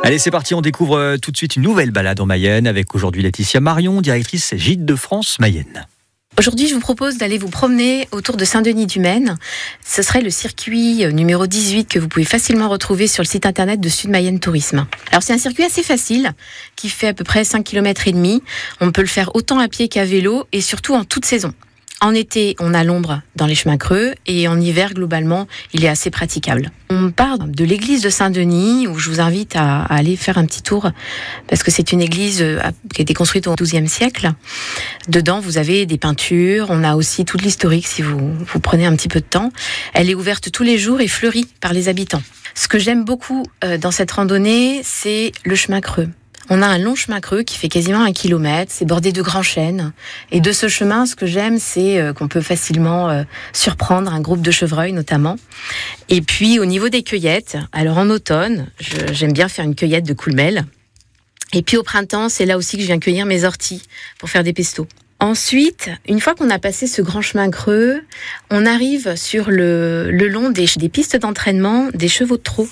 Allez, c'est parti, on découvre tout de suite une nouvelle balade en Mayenne avec aujourd'hui Laetitia Marion, directrice Gîtes de France Mayenne. Aujourd'hui, je vous propose d'aller vous promener autour de Saint-Denis-du-Maine. Ce serait le circuit numéro 18 que vous pouvez facilement retrouver sur le site internet de Sud Mayenne Tourisme. Alors, c'est un circuit assez facile qui fait à peu près 5,5 km. On peut le faire autant à pied qu'à vélo et surtout en toute saison. En été, on a l'ombre dans les chemins creux et en hiver, globalement, il est assez praticable. On part de l'église de Saint-Denis où je vous invite à aller faire un petit tour parce que c'est une église qui a été construite au XIIe siècle. Dedans, vous avez des peintures. On a aussi toute l'historique si vous prenez un petit peu de temps. Elle est ouverte tous les jours et fleurie par les habitants. Ce que j'aime beaucoup dans cette randonnée, c'est le chemin creux. On a un long chemin creux qui fait quasiment 1 kilomètre, c'est bordé de grands chênes. Et de ce chemin, ce que j'aime, c'est qu'on peut facilement surprendre un groupe de chevreuils notamment. Et puis au niveau des cueillettes, alors en automne, j'aime bien faire une cueillette de coulmelles. Et puis au printemps, c'est là aussi que je viens cueillir mes orties pour faire des pestos. Ensuite, une fois qu'on a passé ce grand chemin creux, on arrive sur le long des pistes d'entraînement des chevaux de trot.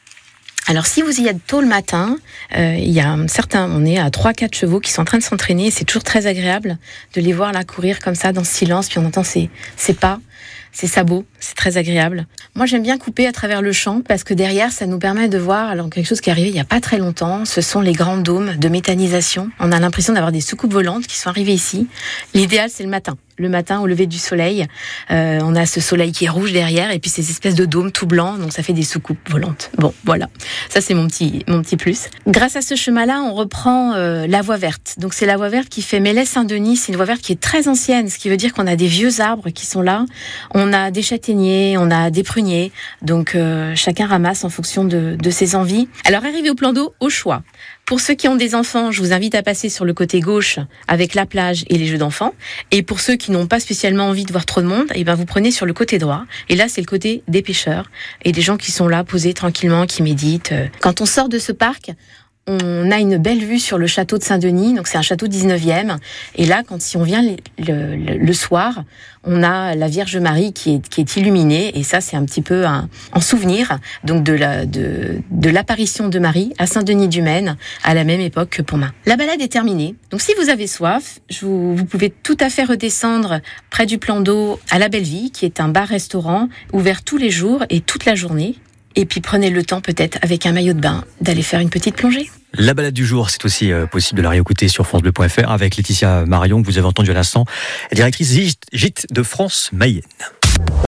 Alors si vous y êtes tôt le matin, il y a on est à 3-4 chevaux qui sont en train de s'entraîner. C'est toujours très agréable de les voir là courir comme ça dans ce silence, puis on entend ses pas, ses sabots, c'est très agréable. Moi j'aime bien couper à travers le champ parce que derrière ça nous permet de voir alors quelque chose qui est arrivé il n'y a pas très longtemps. Ce sont les grands dômes de méthanisation. On a l'impression d'avoir des soucoupes volantes qui sont arrivées ici. L'idéal c'est le matin. Le matin au lever du soleil, on a ce soleil qui est rouge derrière et puis ces espèces de dômes tout blancs, donc ça fait des soucoupes volantes. Bon, voilà, ça c'est mon petit plus. Grâce à ce chemin-là, on reprend la voie verte. Donc c'est la voie verte qui fait Mélès-Saint-Denis, c'est une voie verte qui est très ancienne, ce qui veut dire qu'on a des vieux arbres qui sont là, on a des châtaigniers, on a des pruniers, donc chacun ramasse en fonction de ses envies. Alors arrivé au plan d'eau, au choix. Pour ceux qui ont des enfants, je vous invite à passer sur le côté gauche avec la plage et les jeux d'enfants. Et pour ceux qui n'ont pas spécialement envie de voir trop de monde, vous prenez sur le côté droit. Et là, c'est le côté des pêcheurs et des gens qui sont là posés tranquillement, qui méditent. Quand on sort de ce parc, on a une belle vue sur le château de Saint-Denis, donc c'est un château 19e. Et là, si on vient le soir, on a la Vierge Marie qui est illuminée. Et ça, c'est un petit peu en souvenir donc de l'apparition de Marie à Saint-Denis-du-Maine à la même époque que Pontmain. La balade est terminée. Donc si vous avez soif, vous pouvez tout à fait redescendre près du plan d'eau à la Belle Vie, qui est un bar-restaurant ouvert tous les jours et toute la journée. Et puis prenez le temps peut-être avec un maillot de bain d'aller faire une petite plongée. La balade du jour, c'est aussi possible de la réécouter sur francebleu.fr avec Laetitia Marion que vous avez entendu à l'instant, directrice Gîtes de France Mayenne.